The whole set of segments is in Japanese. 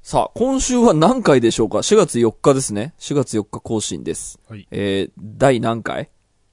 さあ、今週は何回でしょうか。4月4日ですね。4月4日更新です。 はい。 第何回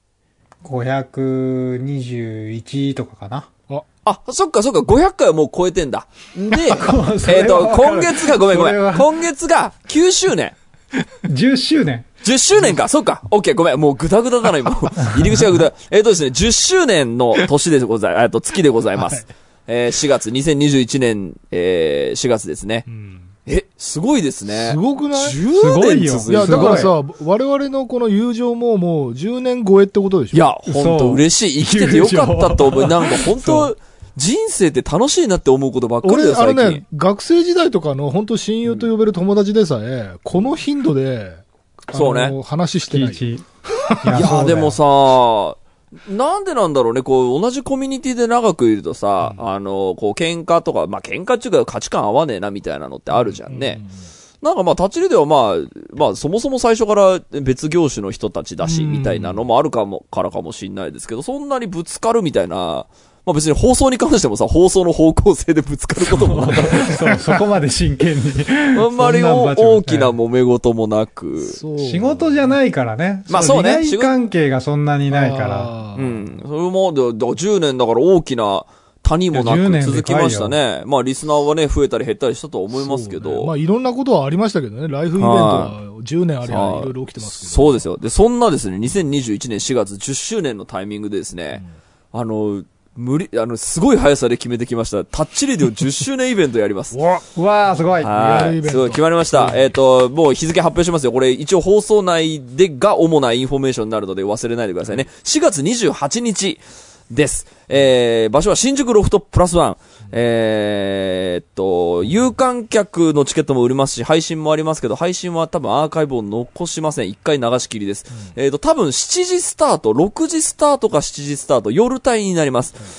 521 とかかな。 そっか、500回はもう超えてんだ。で、今月が、ごめん。今月が9周年。 10周年。 10周年か、そうか。オッケー、ごめん。もうグダグダだな、今。入り口がグダ。ですね、10周年の年でござい、月でございます。はい、4月、2021年、4月ですね。すごいですね。 すごくない ？10年続いてる。 いや、だからさ、我々のこの友情ももう10年超えってことでしょ。 いや、ほんと嬉しい。生きててよかったと思う。なんか本当人生って楽しいなって思うことばっかりだよ、最近。 俺、学生時代とかの本当親友と呼べる友達でさえ、この頻度で、 そうね。 話してない。 いや、でもさ、なんでなんだろうね、こう、同じコミュニティで長くいるとさ、こう、喧嘩とか、まあ、喧嘩っていうか価値観合わねえなみたいなのってあるじゃんね。なんかまあ、立ち入りではまあ、そもそも最初から別業種の人たちだし、みたいなのもあるからかもしんないですけど、そんなにぶつかるみたいな、まあ別に放送に関してもさ、放送の方向性でぶつかることもなかった。 そこまで真剣に。 あんまり大きな揉め事もなく。 仕事じゃないからね。 まあそうね。 利害関係がそんなにないから。 うん。それも、10年だから大きな谷もなく続きましたね。まあリスナーはね、増えたり減ったりしたと思いますけど。 ね、まあいろんなことはありましたけどね。ライフイベントは10年ありゃいろいろ起きてますけど。 そうですよ。で、そんなですね、2021年4月10周年のタイミングでですね、すごい速さで決めてきました。タッチレディオ10周年イベントやります。 うわー、すごい。 すごい、決まりました。もう日付発表しますよ。これ一応放送内でが主なインフォメーションになるので忘れないでくださいね。4月28日です。場所は新宿ロフトプラスワン。有観客のチケットも売りますし、配信もありますけど、配信は多分アーカイブを残しません。一回流し切りです。多分7時スタート、6時スタートか7時スタート、夜帯になります。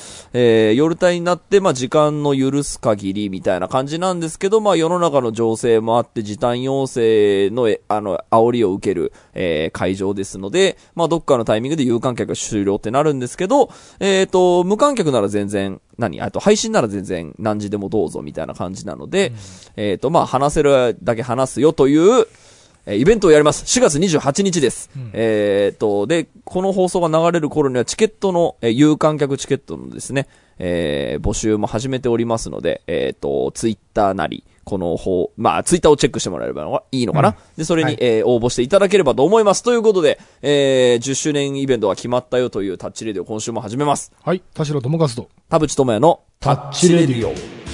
夜帯になって、まあ、時間の許す限りみたいな感じなんですけど、まあ、世の中の情勢もあって、時短要請の、煽りを受ける、会場ですので、まあ、どっかのタイミングで有観客が終了ってなるんですけど、無観客なら全然、配信なら全然何時でもどうぞみたいな感じなので、まあ、話せるだけ話すよという、イベントをやります。4月28日です。で、この放送が流れる頃にはチケットの、有観客チケットのですね、募集も始めておりますので、ツイッターなり、このまあ、ツイッターをチェックしてもらえればいいのかな。で、それに、応募していただければと思います。ということで、10周年イベントが決まったよというタッチレディオ今週も始めます。 はい。田代智和と田淵智也のタッチレディオ。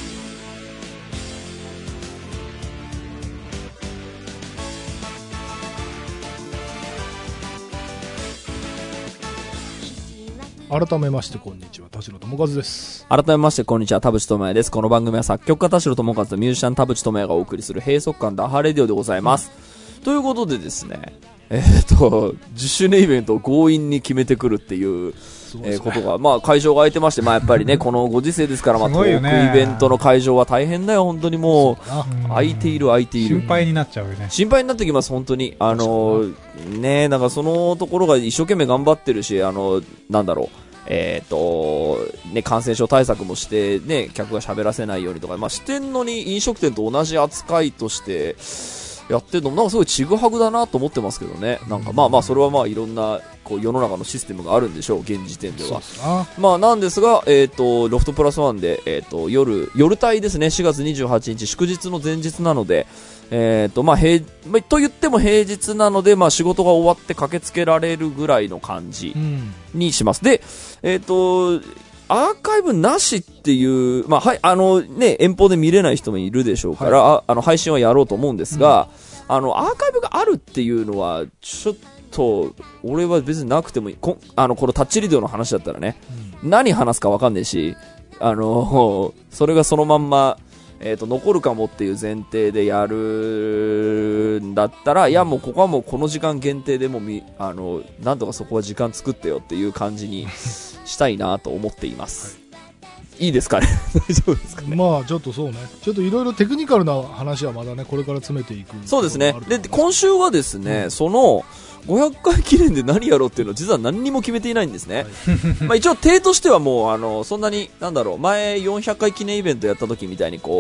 改めましてこんにちは、田代智和です。 改めましてこんにちは、田淵智也です。この番組は作曲家田代智和とミュージシャン田淵智也がお送りする閉塞感ダハレディオでございます。ということでですね、10周年イベントを強引に決めてくるっていう、ことが、まあ会場が空いてまして、まあやっぱりね、このご時世ですから、まあトークイベントの会場は大変だよ、本当にもう、空いている。 心配になっちゃうよね。 心配になってきます、本当に。ね、なんかそのところが一生懸命頑張ってるし、なんだろう。ね、感染症対策もして、ね、客が喋らせないようにとか、まあしてんのに飲食店と同じ扱いとして、やってるのもなんかすごいちぐはぐだなと思ってますけどね。なんかまあそれはまあいろんなこう世の中のシステムがあるんでしょう、現時点では。まあなんですが、ロフトプラスワンで、夜帯ですね、4月28日祝日の前日なので、まあと言っても平日なので、まあ仕事が終わって駆けつけられるぐらいの感じにします。で、アーカイブなしっていう、まあ、はい、ね、遠方で見れない人もいるでしょうから、はい、配信はやろうと思うんですが、アーカイブがあるっていうのは、ちょっと、俺は別になくてもいい。このタッチリデオの話だったらね、何話すかわかんないし、それがそのまんま、残るかもっていう前提でやるんだったら、いやもうここはもうこの時間限定でもなんとかそこは時間作ってよっていう感じにしたいなと思っています。いいですかね大丈夫ですかね。 まあちょっとそうね。ちょっといろいろテクニカルな話はまだね、これから詰めていく。 そうですね。で、今週はですね、その、500回記念で何やろうっていうのを実は何にも決めていないんですね。まあ一応体としてはもうそんなになんだろう、前400回記念イベントやった時みたいにこう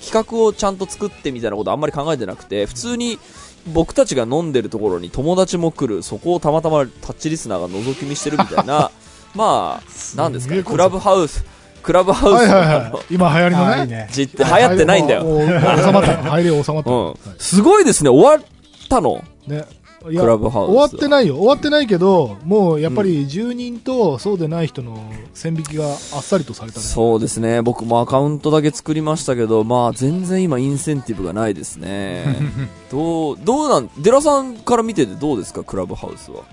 企画をちゃんと作ってみたいなことあんまり考えてなくて、普通に僕たちが飲んでるところに友達も来る、そこをたまたまタッチリスナーが覗き見してるみたいなまあなんですかね、クラブハウスはいはいはい。今流行りのね。 いいね。 流行ってないんだよ。 収まった。入り収まった。 すごいですね。終わったのね。 クラブハウス。 終わってないよ。終わってないけど、もうやっぱり住人とそうでない人の線引きがあっさりとされたね。 そうですね。僕もアカウントだけ作りましたけど、まあ全然今インセンティブがないですね。どうデラさんから見ててどうですか、クラブハウスは。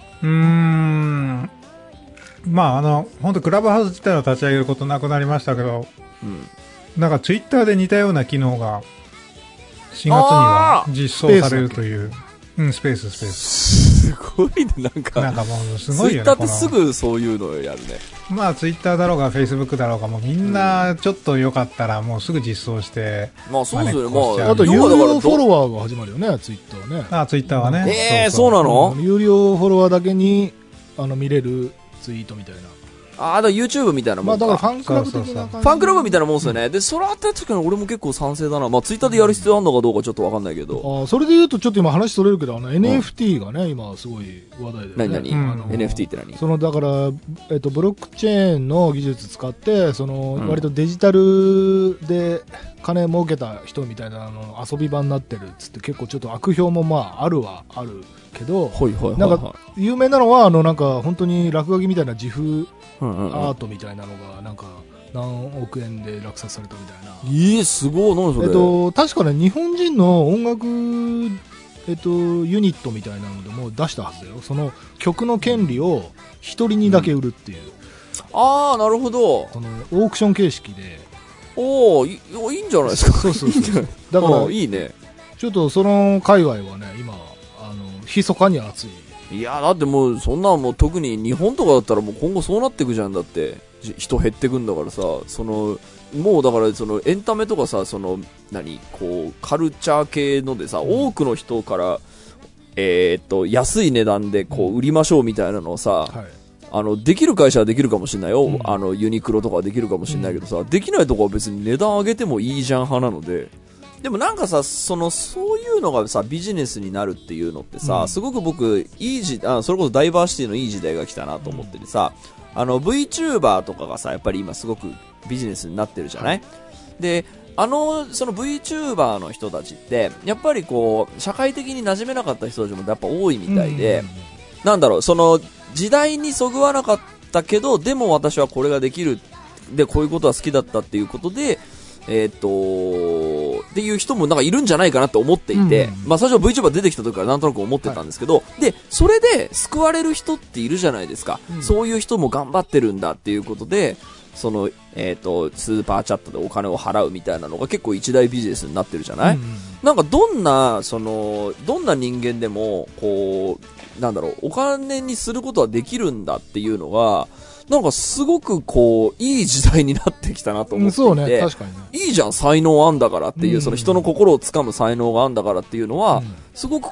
まあ本当クラブハウス自体を立ち上げることなくなりましたけど、なんかツイッターで似たような機能が4月には実装されるという。スペース。 すごいね、なんかもうすごいよね。 ツイッターってすぐそういうのをやるね。 まあツイッターだろうがフェイスブックだろうが、もうみんなちょっとよかったらもうすぐ実装して。 まあそうですよね。まあと有料フォロワーが始まるよね、ツイッターね。 ツイッターはね。 そうなの？ 有料フォロワーだけに見れるツイートみたいな。 だから YouTube みたいなもんか。 まあだからファンクラブ的な感じ。 ファンクラブみたいなもんですよね。で、それあったら確かに俺も結構賛成だな。まあツイッターでやる必要あるのかどうかちょっとわかんないけど。 それで言うとちょっと今話それるけど、NFT がね、今すごい話題で、ね。 何NFT って何？ だから、ブロックチェーンの技術使って、割とデジタルで金儲けた人みたいな遊び場になってるっつって結構ちょっと悪評もまああるはあるけど、なんか有名なのはなんか本当に落書きみたいな自負アートみたいなのがなんか何億円で落札されたみたいな。 すごい。何それ。 確かね、日本人の音楽ユニットみたいなのでも出したはずだよ。その曲の権利を一人にだけ売るっていう。 なるほど。 オークション形式で。 いいんじゃないですか。 そう。だからいいね。 ちょっとその界隈はね、今密かに熱い。 いやだってもうそんなんもう特に日本とかだったらもう今後そうなっていくじゃん。だって人減ってくんだからさ、もうだからエンタメとかさ、カルチャー系のでさ、多くの人から安い値段で売りましょうみたいなのをさ、できる会社はできるかもしれないよ。ユニクロとかはできるかもしれないけどさ、できないとこは別に値段上げてもいいじゃん派なので。でもなんかさ、そういうのがさ、ビジネスになるっていうのってさ、すごく僕、それこそダイバーシティのいい時代が来たなと思っててさ、VTuber とかがさ、やっぱり今すごくビジネスになってるじゃない？で、その VTuber の人たちって、やっぱり社会的に馴染めなかった人たちもやっぱ多いみたいで、時代にそぐわなかったけど、でも私はこれができる。で、こういうことは好きだったっていうことで、っていう人もなんかいるんじゃないかなって思っていて、まあ最初 VTuber 出てきた時からなんとなく思ってたんですけど、で、それで救われる人っているじゃないですか。そういう人も頑張ってるんだっていうことで、スーパーチャットでお金を払うみたいなのが結構一大ビジネスになってるじゃない？なんかどんな人間でも、お金にすることはできるんだっていうのが、なんかすごくいい時代になってきたなと思っていて、 そうね、確かにね。 いいじゃん、才能あんだからっていう、人の心をつかむ才能があんだからっていうのは、すごく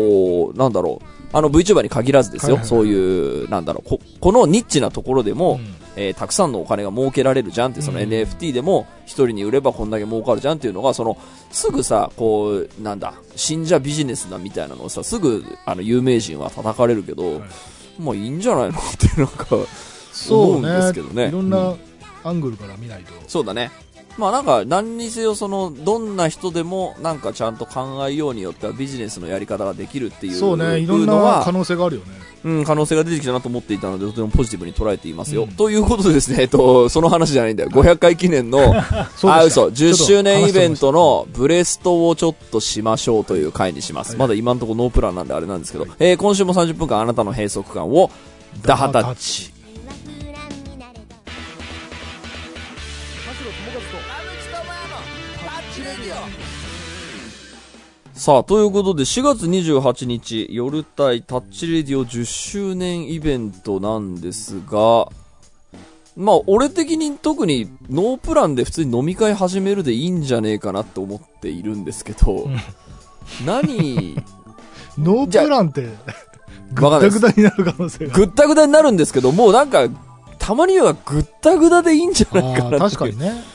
VTuber に限らずですよ、そういう、このニッチなところでも、たくさんのお金が儲けられるじゃんって、NFT でも一人に売ればこんだけ儲かるじゃんっていうのが、すぐさ、信者ビジネスだみたいなのをさ、すぐ、有名人は叩かれるけど、まあいいんじゃないのってなんか、思うんですけどね。 いろんなアングルから見ないと。 そうだね。まあなんか何にせよどんな人でもなんかちゃんと考えようによってはビジネスのやり方ができるっていうのは、 そうね、いろんな可能性があるよね。 可能性が出てきたなと思っていたのでとてもポジティブに捉えていますよ。ということでですね、その話じゃないんだよ。500回記念の10周年イベントのブレストをちょっとしましょうという回にします。まだ今のところノープランなんであれなんですけど、今週も30分間あなたの閉塞感をダハタッチ。さあ、ということで4月28日夜帯タッチレディオ10周年イベントなんですが、まあ俺的に特にノープランで普通に飲み会始めるでいいんじゃねえかなって思っているんですけど、ノープランってぐったぐたになる可能性がぐったぐたになるんですけど、もうなんかたまにはぐったぐたでいいんじゃないかなって。 確かにね。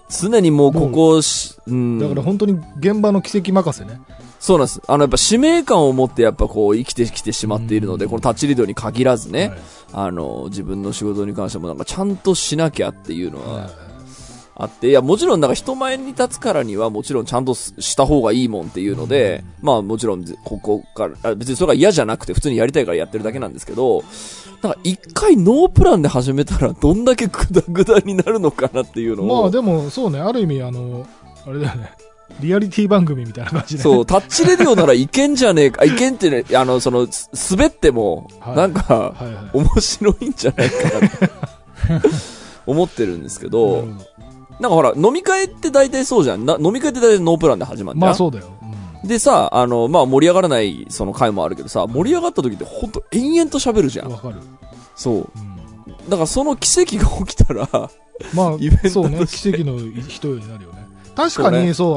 常にもうここ、 だから本当に現場の奇跡任せね。 そうなんです。やっぱ使命感を持ってやっぱこう生きてきてしまっているので、このタッチリードに限らずね、はい、自分の仕事に関してもなんかちゃんとしなきゃっていうのはあって、いや、もちろんなんか人前に立つからにはもちろんちゃんとした方がいいもんっていうので、まあもちろんここから、別にそれが嫌じゃなくて普通にやりたいからやってるだけなんですけど、なんか一回ノープランで始めたらどんだけグダグダになるのかなっていうのを。 まあでもそうね、ある意味あれだよね。リアリティ番組みたいな感じで。 そう、タッチレディオならいけんじゃねえか。いけんってね、滑っても、なんか、面白いんじゃないかなって思ってるんですけど、なんかほら、飲み会って大体そうじゃん。飲み会って大体ノープランで始まって。 まあそうだよ。 でさ、まあ盛り上がらないその回もあるけどさ、盛り上がった時ってほんと延々と喋るじゃん。 わかる。 そう。だからその奇跡が起きたら、 まあ、イベントそうね、奇跡の一重になるよね。確かにそう、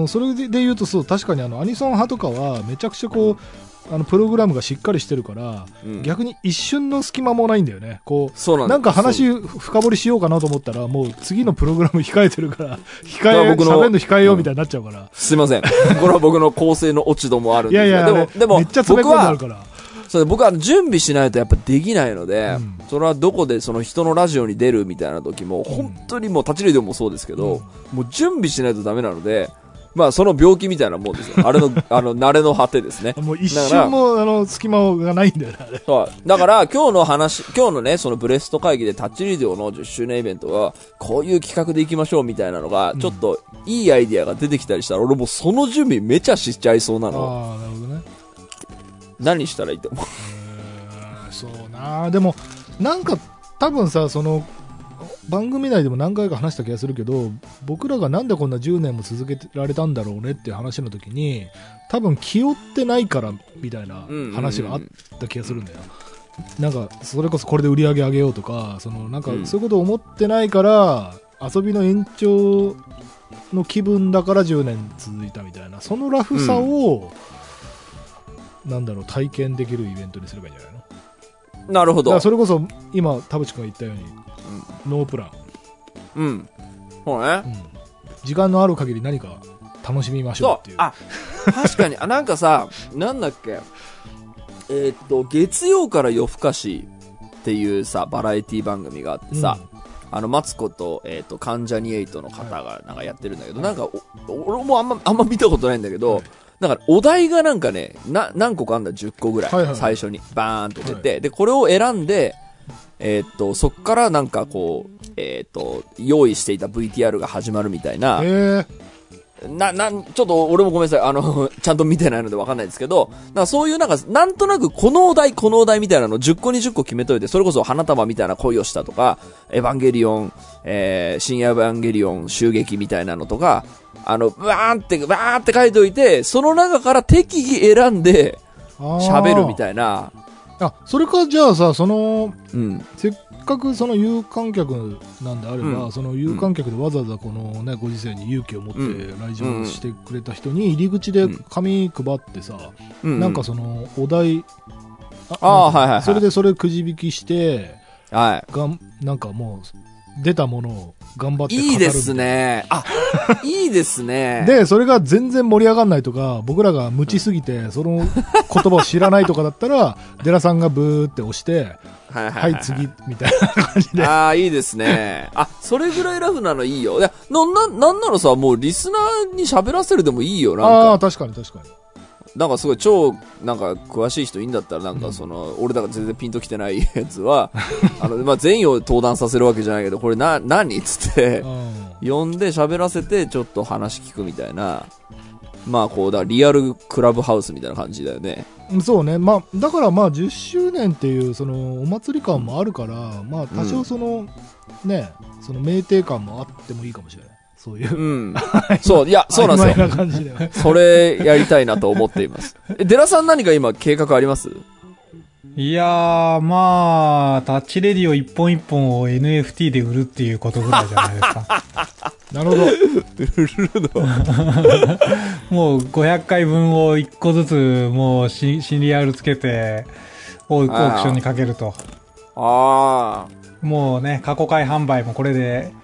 それで言うとそう、確かにアニソン派とかはめちゃくちゃこうプログラムがしっかりしてるから、逆に一瞬の隙間もないんだよね。こう、なんか話深掘りしようかなと思ったら、もう次のプログラム控えてるから、喋るの控えようみたいになっちゃうから。 すいません。これは僕の構成の落ち度もあるんですけど、 いやでもめっちゃ詰め込んであるから。 僕は準備しないとやっぱできないので、それはどこでその人のラジオに出るみたいな時も、本当にもう立ちレディオもそうですけど、もう準備しないとダメなので、まあその病気みたいなもんですよ。あれの、慣れの果てですね。 もう一瞬も隙間がないんだよね、あれ。 そう。だから今日のね、そのブレスト会議でタッチレディオの10周年イベントが、こういう企画でいきましょうみたいなのが、ちょっといいアイディアが出てきたりしたら、俺もうその準備めちゃしちゃいそうなの。 ああ、なるほどね。 何したらいいと思う？ そうな。でもなんか多分さ、その番組内でも何回か話した気がするけど、僕らがなんでこんな10年も続けられたんだろうねっていう話の時に、多分気負ってないからみたいな話があった気がするんだよ。なんかそれこそこれで売り上げ上げようとか、なんかそういうことを思ってないから、遊びの延長の気分だから10年続いたみたいな、そのラフさを、なんだろう、体験できるイベントにすればいいんじゃないの？ なるほど。 だからそれこそ今田淵君が言ったように、ノープラン。 そうね、 時間のある限り何か楽しみましょうっていう。 あ、確かに。なんかさ、なんだっけ、月曜から夜更かしっていうさ、バラエティ番組があってさ、マツコと、関ジャニエイトの方がなんかやってるんだけど、なんか俺もあんま見たことないんだけど、だからお題がなんかね、何個かあんだ、10個ぐらい、最初にバーンと出て、でこれを選んで、そっからなんかこう、用意していた VTR が始まるみたいな、ちょっと俺もごめんなさい、ちゃんと見てないのでわかんないですけど、なんかそういうなんとなくこのお題みたいなの10個20個決めといて、それこそ花束みたいな恋をしたとか、エヴァンゲリオン、新エヴァンゲリオン襲撃みたいなのとか、バーって書いておいて、その中から適宜選んで喋るみたいな。 それか、じゃあさ、せっかくその有観客なんであれば、その有観客でわざわざこのね、ご時世に勇気を持って来場してくれた人に入り口で紙配ってさ、なんかそのお題、それでそれくじ引きして、なんかもう出たものを頑張って語る。 いいですね。いいですね。 で、それが全然盛り上がんないとか、僕らが無知すぎて、その言葉を知らないとかだったら、デラさんがブーって押して、はい、次、みたいな感じで。 いいですね。それぐらいラフなのいいよ。なんなのさ、もうリスナーに喋らせるでもいいよ、なんか。 確かに。 なんかすごい超なんか詳しい人いいんだったらなんか俺だから全然ピンときてないやつは全員を登壇させるわけじゃないけど、これ何っつって呼んで喋らせてちょっと話聞くみたいな、まあこうだリアルクラブハウスみたいな感じだよね。 そうね。まあだからまあ10周年っていうそのお祭り感もあるから、まあ多少そのね、その酩酊感もあってもいいかもしれない。そういう。 そう、いや、そうなんですよ。 曖昧な感じで。 それやりたいなと思っています。デラさん何か今計画あります？ いやー、まあ、タッチレディオ一本一本を NFT で売るっていうことぐらいじゃないですか。 なるほど。売るのもう500回分を1個ずつもうシリアルつけてオークションにかけると。 もうね、過去回販売もこれで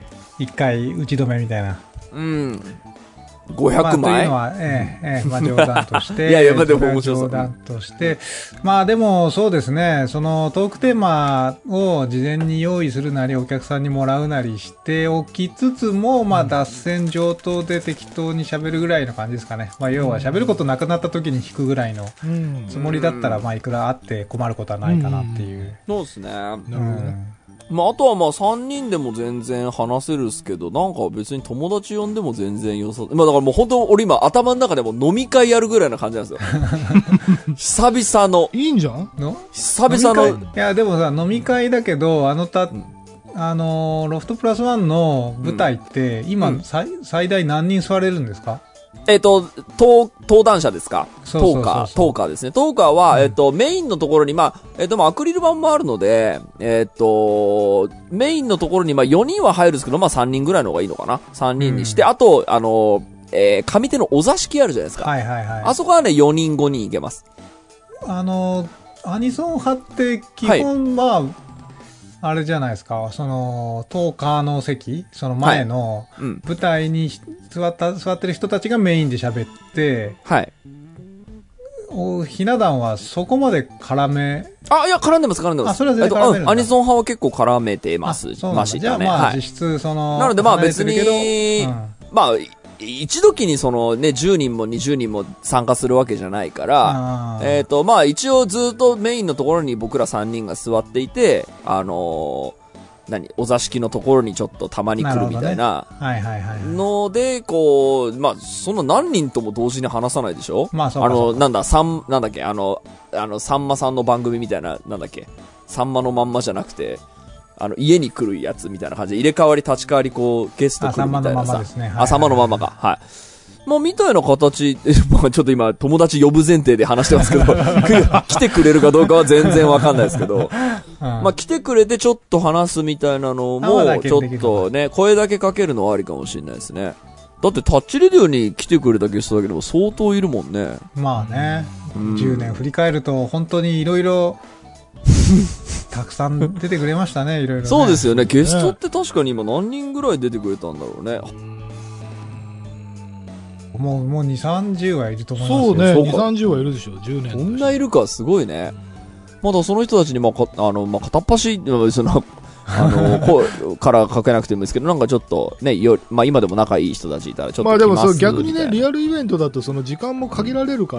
一回打ち止めみたいな。 うん。500枚、 というのは、まあ冗談として。 いやいや、まあでも面白そう。 冗談として。まあでもそうですね、そのトークテーマを事前に用意するなり、お客さんにもらうなりしておきつつも、まあ脱線上等で適当に喋るぐらいの感じですかね。まあ要は喋ることなくなった時に弾くぐらいのつもりだったら、まあいくらあって困ることはないかなっていう。 そうですね。なるほどね。まあ、あとはまあ3人でも全然話せるっすけど、なんか別に友達呼んでも全然良さ、まあだからもう本当俺今頭の中でも飲み会やるぐらいな感じなんですよ。久々の。 いいんじゃん久々の。 いや、でもさ、飲み会だけど、ロフトプラスワンの舞台って、今、最大何人座れるんですか？ 登壇者ですか？トーカーですね。トーカーは、メインのところに、まあ、アクリル板もあるので、メインのところに、まあ、4人は入るんですけど、まあ、3人ぐらいの方がいいのかな？ 3 人にして、あと、上手のお座敷あるじゃないですか。 はいはいはい。 あそこはね、4人5人いけます。 アニソン派って基本、まあ、あれじゃないですか、その、トーカーの席、その前の舞台に座ってる人たちがメインで喋って、 はい。 ひな壇はそこまで絡め、 いや、絡んでます。 あ、それは全然絡めるんだ。 アニソン派は結構絡めてます。 そうなんだ。じゃあまあ、実質、その、 なのでまあ別に、まあ、一時にそのね、10人も20人も参加するわけじゃないから、まあ一応ずっとメインのところに僕ら3人が座っていて、お座敷のところにちょっとたまに来るみたいなので、こう、まあ、そんな何人とも同時に話さないでしょ？ まあそうか。 なんだっけ、さんまさんの番組みたいな、なんだっけ、さんまのまんまじゃなくて、家に来るやつみたいな感じで、入れ替わり立ち替わりこう、ゲスト来るみたいなさ。さんまのままか。はい。まあ、みたいな形、まあ、ちょっと今、友達呼ぶ前提で話してますけど、来てくれるかどうかは全然わかんないですけど、まあ、来てくれてちょっと話すみたいなのも、ちょっとね、声だけかけるのはありかもしれないですね。だって、タッチレディオに来てくれたゲストだけでも相当いるもんね。 まあね、10年振り返ると、本当にいろいろ、たくさん出てくれましたね、いろいろ、ね。 そうですよね。ゲストって確かに今何人ぐらい出てくれたんだろうね。 もう2、30はいると思いますよ。 そうね、2、30はいるでしょ、10年。 こんないるか、すごいね。まだその人たちに、まあ、片っ端、その、声からかけなくてもいいですけど、なんかちょっとね、まあ今でも仲いい人たちいたらちょっと来ます。 まあでも逆にね、リアルイベントだとその時間も限られるから、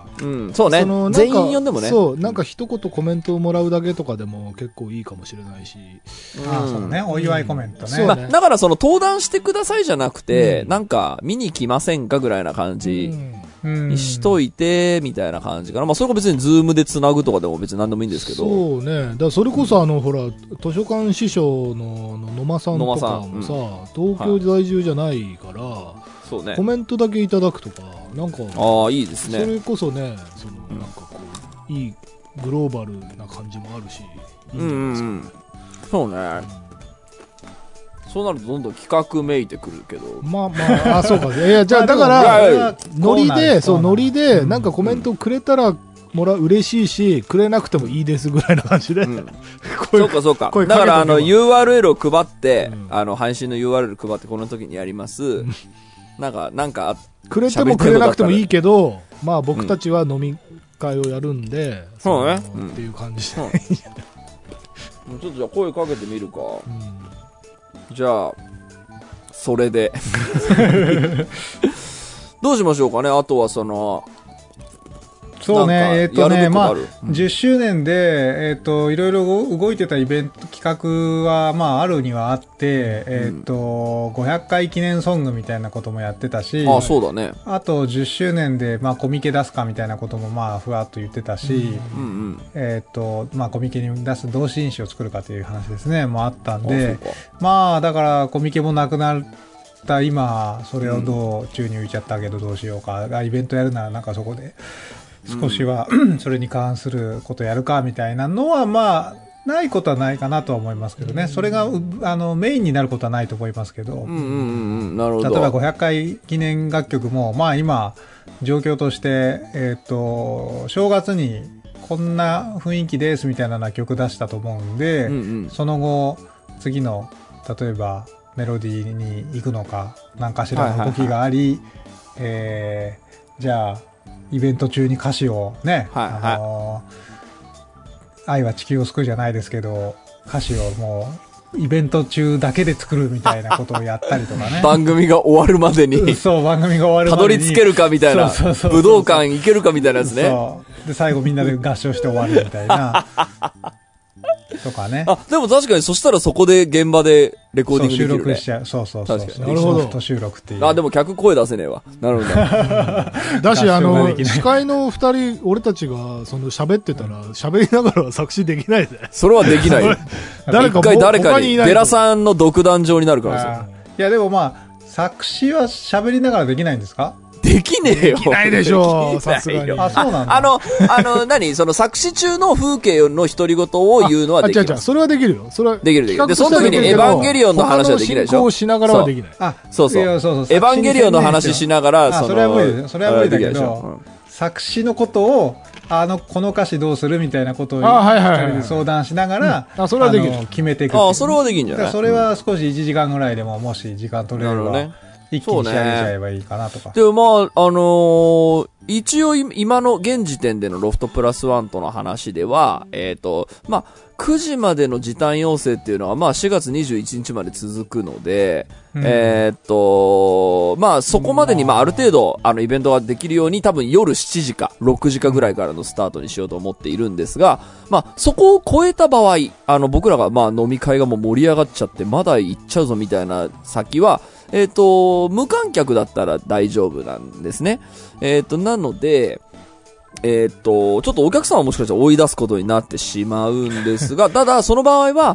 そうね、全員呼んでもね。 そう、なんか一言コメントをもらうだけとかでも結構いいかもしれないし。 そうね、お祝いコメントね。 まあ、だからその登壇してくださいじゃなくて、なんか見に来ませんかぐらいな感じ。にしといて、みたいな感じかな。まあ、それが別にズームで繋ぐとかでも別に何でもいいんですけど。 そうね。だからそれこそほら、図書館師匠の野間さんとかもさ、東京在住じゃないから、 そうね。 コメントだけいただくとか、なんか、 いいですね。 それこそね、なんかこう、いいグローバルな感じもあるし、いいんじゃないですか。 そうね。そうなるとどんどん企画めいてくるけど。 まあまあ、そうか。いや、じゃあだから、ノリで、なんかコメントくれたら嬉しいし、くれなくてもいいですぐらいな感じで。 そうか。だからURL を配って、配信の URL 配ってこの時にやります。なんか、 くれてもくれなくてもいいけど、まあ僕たちは飲み会をやるんで、 そうね。 っていう感じで。 ちょっとじゃあ声かけてみるか。じゃあ、それで。どうしましょうかね。あとはそうね、まあ、10周年で、いろいろ動いてたイベント、企画は、まあ、あるにはあって、500回記念ソングみたいなこともやってたし、 そうだね。 あと、10周年で、まあ、コミケ出すかみたいなことも、まあ、ふわっと言ってたし、まあ、コミケに出す同心誌を作るかという話ですね、もあったんで、まあ、だから、コミケもなくなった今、それをどう宙に浮いちゃったけどどうしようか、イベントやるならなんかそこで、少しはそれに関することやるかみたいなのはまあないことはないかなとは思いますけどね。それがメインになることはないと思いますけど。 なるほど。 例えば500回記念楽曲もまあ今状況として正月にこんな雰囲気ですみたいな曲出したと思うんで、その後次の例えばメロディーに行くのか、何かしらの動きがあり、じゃあ、イベント中に歌詞をね、愛は地球を救うじゃないですけど、歌詞をもう、イベント中だけで作るみたいなことをやったりとかね。 番組が終わるまでに。 そう、番組が終わるまでに。 たどり着けるかみたいな。武道館行けるかみたいなやつね。 そう。で、最後みんなで合唱して終わるみたいな。とかね。 でも確かにそしたらそこで現場でレコーディングできる、ね。 収録しちゃう。そう。 なるほど。 ソフト収録っていう。 でも客声出せねえわ。なるほど。 だし、司会の二人、俺たちが、喋ってたら、喋りながらは作詞できないで。 それはできないよ。誰かに、デラさんの独壇場になるからさ。 いや、でもまあ、作詞は喋りながらできないんですか？ できねえよ。 できないでしょう、さすがに。 あ、そうなんだ。 その作詞中の風景の独り言を言うのはできる。 それはできるよ。それはできる。で、その時にエヴァンゲリオンの話はできないでしょ。 進行しながらはできない。 そう。エヴァンゲリオンの話しながら、 それは無理だけど、作詞のことを、この歌詞どうするみたいなことを相談しながら、 それはできる。 決めていく。 それはできるんじゃない？ それは少し1時間ぐらいでも、もし時間取れれば。一気に仕上げちゃえばいいかなとか。 でもまあ、一応今の現時点でのロフトプラスワンとの話では、まあ、9時までの時短要請っていうのは、まあ、4月21日まで続くので、まあ、そこまでに、まあ、ある程度、イベントができるように、多分夜7時か、6時かぐらいからのスタートにしようと思っているんですが、まあ、そこを超えた場合、僕らが、まあ、飲み会がもう盛り上がっちゃって、まだ行っちゃうぞみたいな先は、無観客だったら大丈夫なんですね。なので、ちょっとお客さんはもしかしたら追い出すことになってしまうんですが、ただ、その場合は、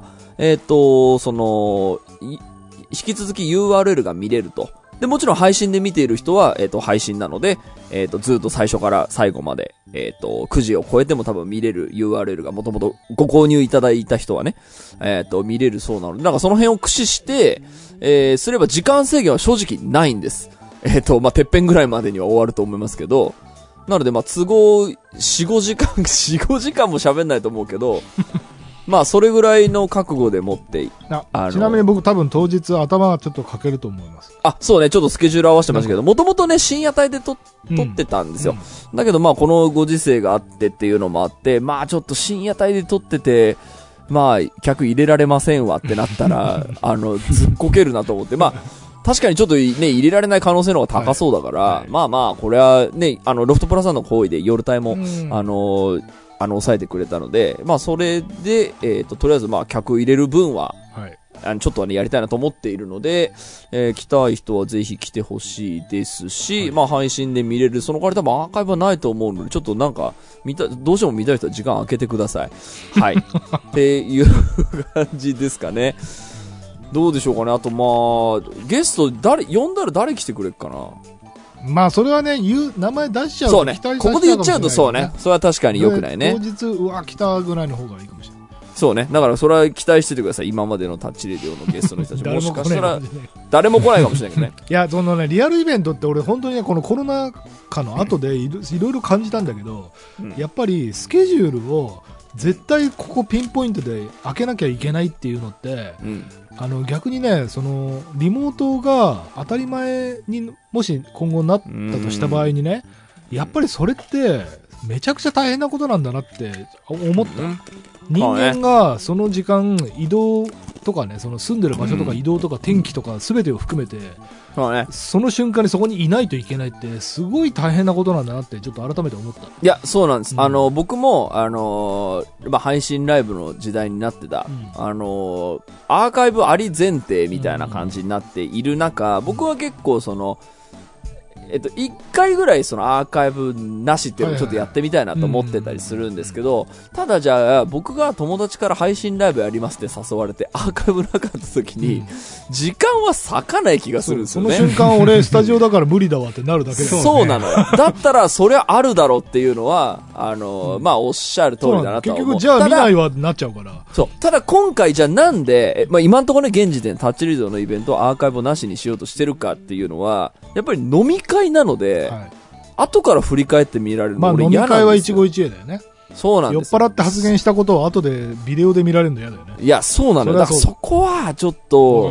引き続き URL が見れると。で、もちろん配信で見ている人は、配信なので、ずっと最初から最後まで、9時を超えても多分見れる URL がもともとご購入いただいた人はね、見れるそうなので、なんかその辺を駆使して、すれば時間制限は正直ないんです。まあ、てっぺんぐらいまでには終わると思いますけど、なので、まあ、都合4、5時間、4、5時間も喋んないと思うけど、まあ、それぐらいの覚悟で持って、 ちなみに僕多分当日頭がちょっとかけると思います。 そうね、ちょっとスケジュール合わせてましたけど、もともとね、深夜帯で撮ってたんですよ。だけど、まあ、このご時世があってっていうのもあって、まあ、ちょっと深夜帯で撮ってて、まあ、客入れられませんわってなったら、ずっこけるなと思って、まあ、確かにちょっとね、入れられない可能性の方が高そうだから、まあまあ、これはね、ロフトプラスの行為で夜帯も、抑えてくれたので、まあ、それで、とりあえず、まあ、客入れる分は、ちょっとはね、やりたいなと思っているので、来たい人はぜひ来てほしいですし、まあ、配信で見れる、その代わり多分アーカイブはないと思うので、ちょっとなんか、どうしても見たい人は時間空けてください。はい。っていう感じですかね。どうでしょうかね。あと、まあ、ゲスト、呼んだら誰来てくれるかな。 まあ、それはね、名前出しちゃうと、そうね。ここで言っちゃうとそうね。それは確かに良くないね。 当日、来たぐらいの方がいいかもしれない。 そうね。だからそれは期待しててください。今までのタッチレディオのゲストの人たち。もしかしたら、誰も来ないかもしれないけどね。 いや、そのね、リアルイベントって俺本当にね、このコロナ禍の後でいろいろ感じたんだけど、やっぱりスケジュールを絶対ここピンポイントで開けなきゃいけないっていうのって、逆にね、リモートが当たり前にもし今後なったとした場合にね、やっぱりそれってめちゃくちゃ大変なことなんだなって思った。人間がその時間移動とかね、その住んでる場所とか移動とか天気とか全てを含めて、その瞬間にそこにいないといけないってすごい大変なことなんだなってちょっと改めて思った。いや、そうなんです。僕もまあ、配信ライブの時代になってた、アーカイブあり前提みたいな感じになっている中、僕は結構一回ぐらいそのアーカイブなしっていうのをちょっとやってみたいなと思ってたりするんですけど、ただじゃあ僕が友達から配信ライブやりますって誘われてアーカイブなかった時に、時間は割かない気がするんですよね。 その瞬間俺スタジオだから無理だわってなるだけで。 そうなのよ。だったらそれはあるだろうっていうのは、まあおっしゃる通りだなとは思う。 結局じゃあ見ないわってなっちゃうから。 そう。ただ今回じゃあなんで、まあ今のところね、現時点タッチリードのイベントをアーカイブをなしにしようとしてるかっていうのは、やっぱり飲み会なので、後から振り返って見られるの俺嫌なんですよ。 飲み会は一期一会だよね。 そうなんです。 酔っ払って発言したことを後でビデオで見られるの嫌だよね。 いや、そうなのよ。だからそこはちょっと、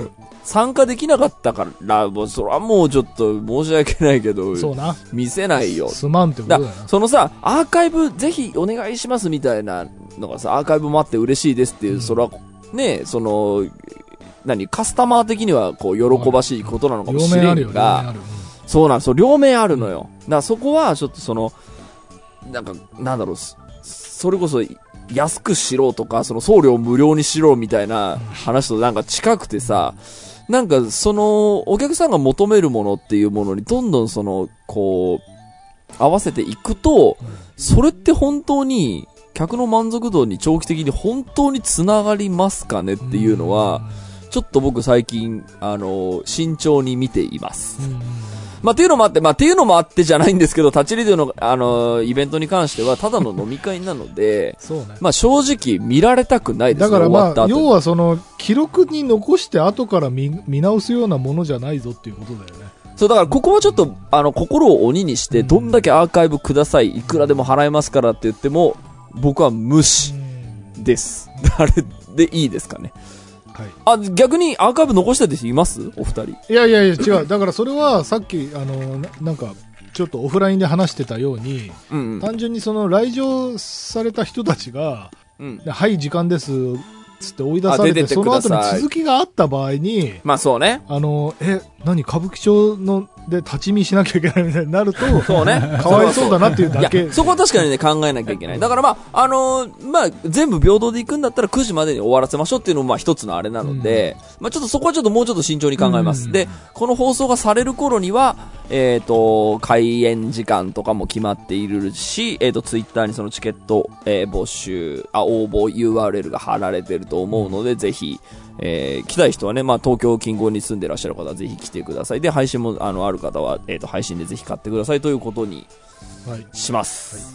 参加できなかったから、もうそれはもうちょっと申し訳ないけど、 そうな。 見せないよ。 すまんってことだよな。 そのさ、アーカイブぜひお願いしますみたいなのがさ、アーカイブもあって嬉しいですっていう、それはね、カスタマー的にはこう喜ばしいことなのかもしれんが、そうなんですよ、両面あるのよ。だからそこはちょっとなんだろう、それこそ安くしろとか、その送料無料にしろみたいな話となんか近くてさ、なんかお客さんが求めるものっていうものにどんどんこう、合わせていくと、それって本当に、客の満足度に長期的に本当につながりますかねっていうのは、ちょっと僕最近、慎重に見ています。っていうのもあってじゃないんですけど、タッチレディオの、イベントに関しては、ただの飲み会なので、 そうね。 正直見られたくないですね。 だから要は記録に残して後から見直すようなものじゃないぞっていうことだよね。 そう、だからここはちょっと、心を鬼にして、どんだけアーカイブください、いくらでも払えますからって言っても、僕は無視です。あれでいいですかね。はい、逆にアーカイブ残した人いますお二人。 いや違う。だからそれはさっきなんかちょっとオフラインで話してたように、単純に来場された人たちが、はい時間ですつって追い出されて、その後に続きがあった場合に、 そうね。 何歌舞伎町で立ち見しなきゃいけないみたいになると、 そうね。 かわいそうだなっていうだけ。 そこは確かにね、考えなきゃいけない。だから全部平等で行くんだったら9時までに終わらせましょうっていうのも一つのあれなので、ちょっとそこはもうちょっと慎重に考えます。で、この放送がされる頃には、開演時間とかも決まっているし、ツイッターにそのチケット、募集、応募 URL が貼られてると思うので、ぜひ、来たい人はね、東京近郊に住んでらっしゃる方はぜひ来てください。で、配信もある方は、配信でぜひ買ってくださいということにします。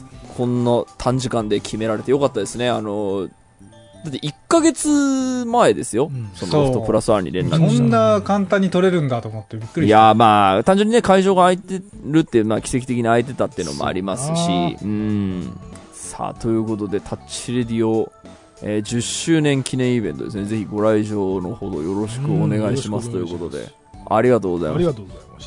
はい、こんな短時間で決められてよかったですね。だって1ヶ月前ですよ。そのロフトプラス1に連絡した。 そんな簡単に取れるんだと思ってびっくりした。 いや、単純にね、会場が空いてるっていう、奇跡的に空いてたっていうのもありますし、さあ、ということで、タッチレディオ、10周年記念イベントですね。ぜひご来場のほどよろしくお願いしますということで、ありがとうございます。 ありがとうございました。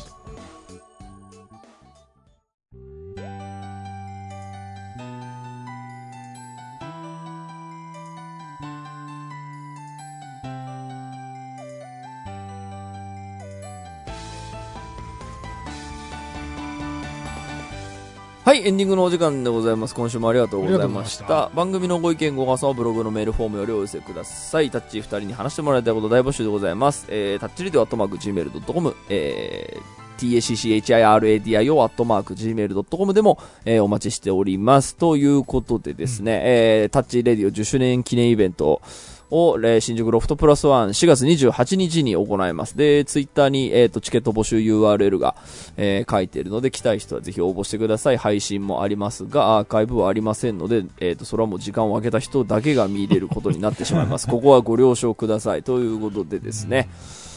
はい、エンディングのお時間でございます。今週もありがとうございました。番組のご意見ご感想はブログのメールフォームよりお寄せください。タッチ2人に話してもらいたいこと大募集でございます。タッチリディオ@gmail.com、tacciradio@gmail.com でも、お待ちしております。ということでですね、タッチレディオ10周年記念イベントを、新宿ロフトプラス1、4月28日に行います。で、ツイッターに、チケット募集 URL が、書いているので、来たい人はぜひ応募してください。配信もありますが、アーカイブはありませんので、それはもう時間を空けた人だけが見れることになってしまいます。ここはご了承ください。ということでですね、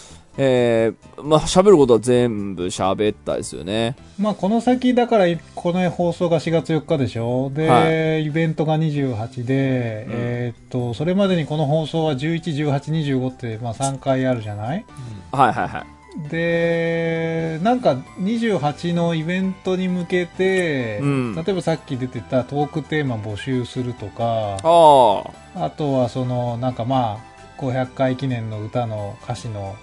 喋ることは全部喋ったですよね。 この先だから、この放送が4月4日でしょ。で、はい、イベントが28で、それまでにこの放送は11、18、25って、3回あるじゃない？ はいはいはい。 で、なんか28のイベントに向けて、例えばさっき出てたトークテーマ募集するとか、あとは500回記念の歌の歌詞の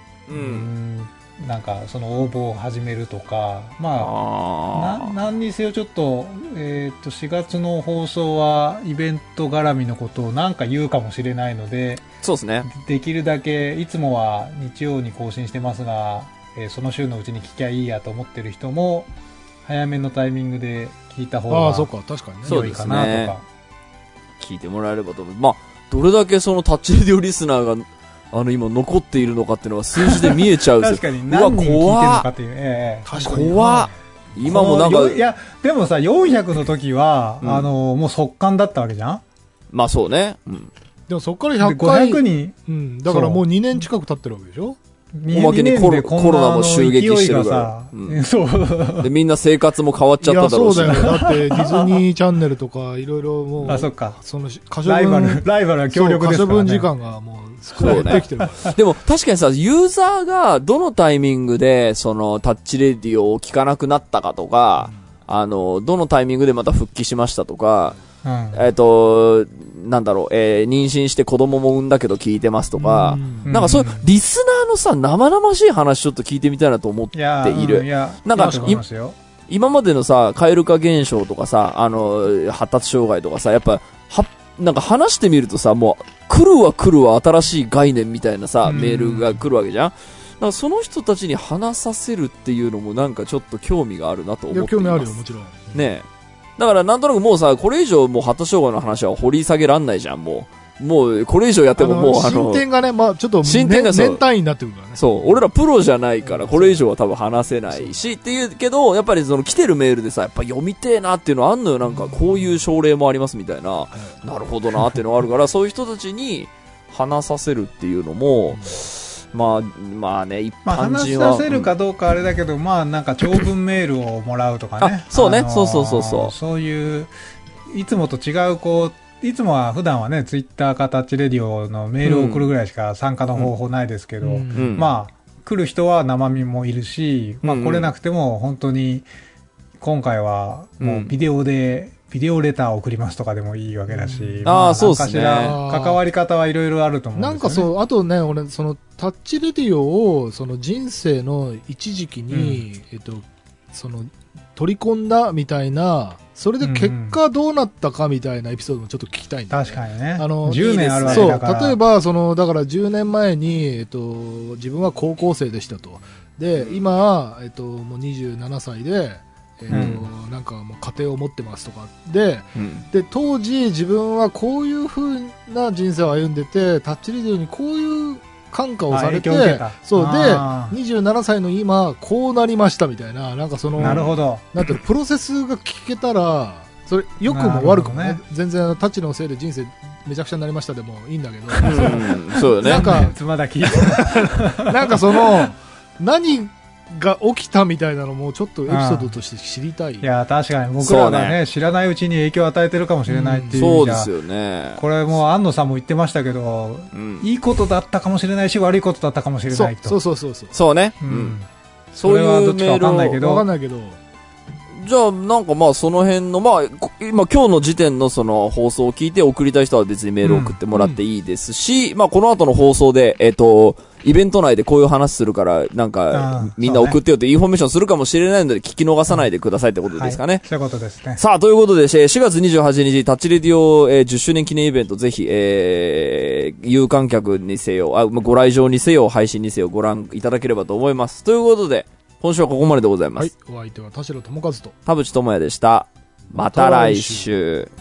なんかその応募を始めるとか、何にせよちょっと、4月の放送はイベント絡みのことをなんか言うかもしれないので、 そうですね。 できるだけいつもは日曜に更新してますが、その週のうちに聞きゃいいやと思ってる人も早めのタイミングで聞いた方が良いかなとか、 聞いてもらえればと思う。どれだけそのタッチレディオリスナーが今残っているのかっていうのは数字で見えちゃう。 確かに何人聞いてるのかっていう。 怖っ。今もなんか。 いや、でもさ、400の時は、もう速乾だったわけじゃん？ そうね。 でもそっから100回。 500人。 だからもう2年近く経ってるわけでしょ？ おまけにコロナも襲撃してるから。 そう。 で、みんな生活も変わっちゃっただろうし。 いや、そうだよ。だって、ディズニーチャンネルとか、いろいろもう、 あ、そっか。 その、 ライバルは強力ですからね。 可処分時間がもう、少なくできてるから。 でも、確かにさ、ユーザーがどのタイミングで、その、タッチレディオを聞かなくなったかとか、どのタイミングでまた復帰しましたとか、なんだろう、妊娠して子供も産んだけど聞いてますとか、なんかそういうリスナーのさ、生々しい話ちょっと聞いてみたいなと思っている。なんか、今までのさ、蛙化現象とかさ、発達障害とかさ、やっぱ、なんか話してみるとさ、もう、来るわ新しい概念みたいなさ、メールが来るわけじゃん。だからその人たちに話させるっていうのもなんかちょっと興味があるなと思っています。 興味あるよ、もちろん。 ねえ。だからなんとなくもうさ、これ以上もう発達障害の話は掘り下げらんないじゃん、もうこれ以上やってももう進展がね、まあちょっと進展が年単位になってくるからね。 そう、俺らプロじゃないからこれ以上は多分話せないしっていうけど、やっぱりその来てるメールでさ、やっぱ読みてえなっていうのあんのよ。なんかこういう症例もありますみたいな、なるほどなっていうのがあるから、そういう人たちに話させるっていうのも、まあね、一般人は。 話させるかどうかあれだけど、まあなんか長文メールをもらうとかね。 そうね、そう。 そういう、いつもと違う、いつもは普段はね、ツイッターかタッチレディオのメールを送るぐらいしか参加の方法ないですけど、まあ、来る人は生身もいるし、まあ来れなくても本当に、今回はもうビデオレターを送りますとかでもいいわけだし、 そうですね。 関わり方はいろいろあると思うんですよね。 なんかそう、あとね、俺、その、タッチレディオを、その人生の一時期に、その、取り込んだみたいな、それで結果どうなったかみたいなエピソードもちょっと聞きたいんだよね。 確かにね。10年あるわけだから。 そう、例えば、その、だから10年前に、自分は高校生でしたと。で、今、もう27歳で、なんかもう家庭を持ってますとかで、で当時自分はこういう風な人生を歩んでて、タッチレディオにこういう感化をされて、そうで27歳の今こうなりましたみたいな、なんかその、 なるほど、 なんていうの、プロセスが聞けたら、それ良くも悪くもね、全然タッチのせいで人生めちゃくちゃになりましたでもいいんだけど、 そうよね。 なんかまだ聞いてなんかその何が起きたみたいなのもちょっとエピソードとして知りたい。 いや確かに僕らがね、知らないうちに影響を与えてるかもしれないっていうそうですよね。 これもう安野さんも言ってましたけど、いいことだったかもしれないし悪いことだったかもしれないと。 そうね。 それはどっちか分かんないけど。 じゃあなんかまあその辺の今日の時点のその放送を聞いて送りたい人は別にメールを送ってもらっていいですし、まあこの後の放送でイベント内でこういう話するから、なんか、みんな送ってよってインフォメーションするかもしれないので、聞き逃さないでくださいってことですかね。 そういうことですね。 さあ、ということで、4月28日、タッチレディオ、10周年記念イベント、ぜひ、有観客にせよ、ご来場にせよ、配信にせよ、ご覧いただければと思います。ということで、今週はここまででございます。 はい、お相手は田代智和と田淵智也でした。また来週。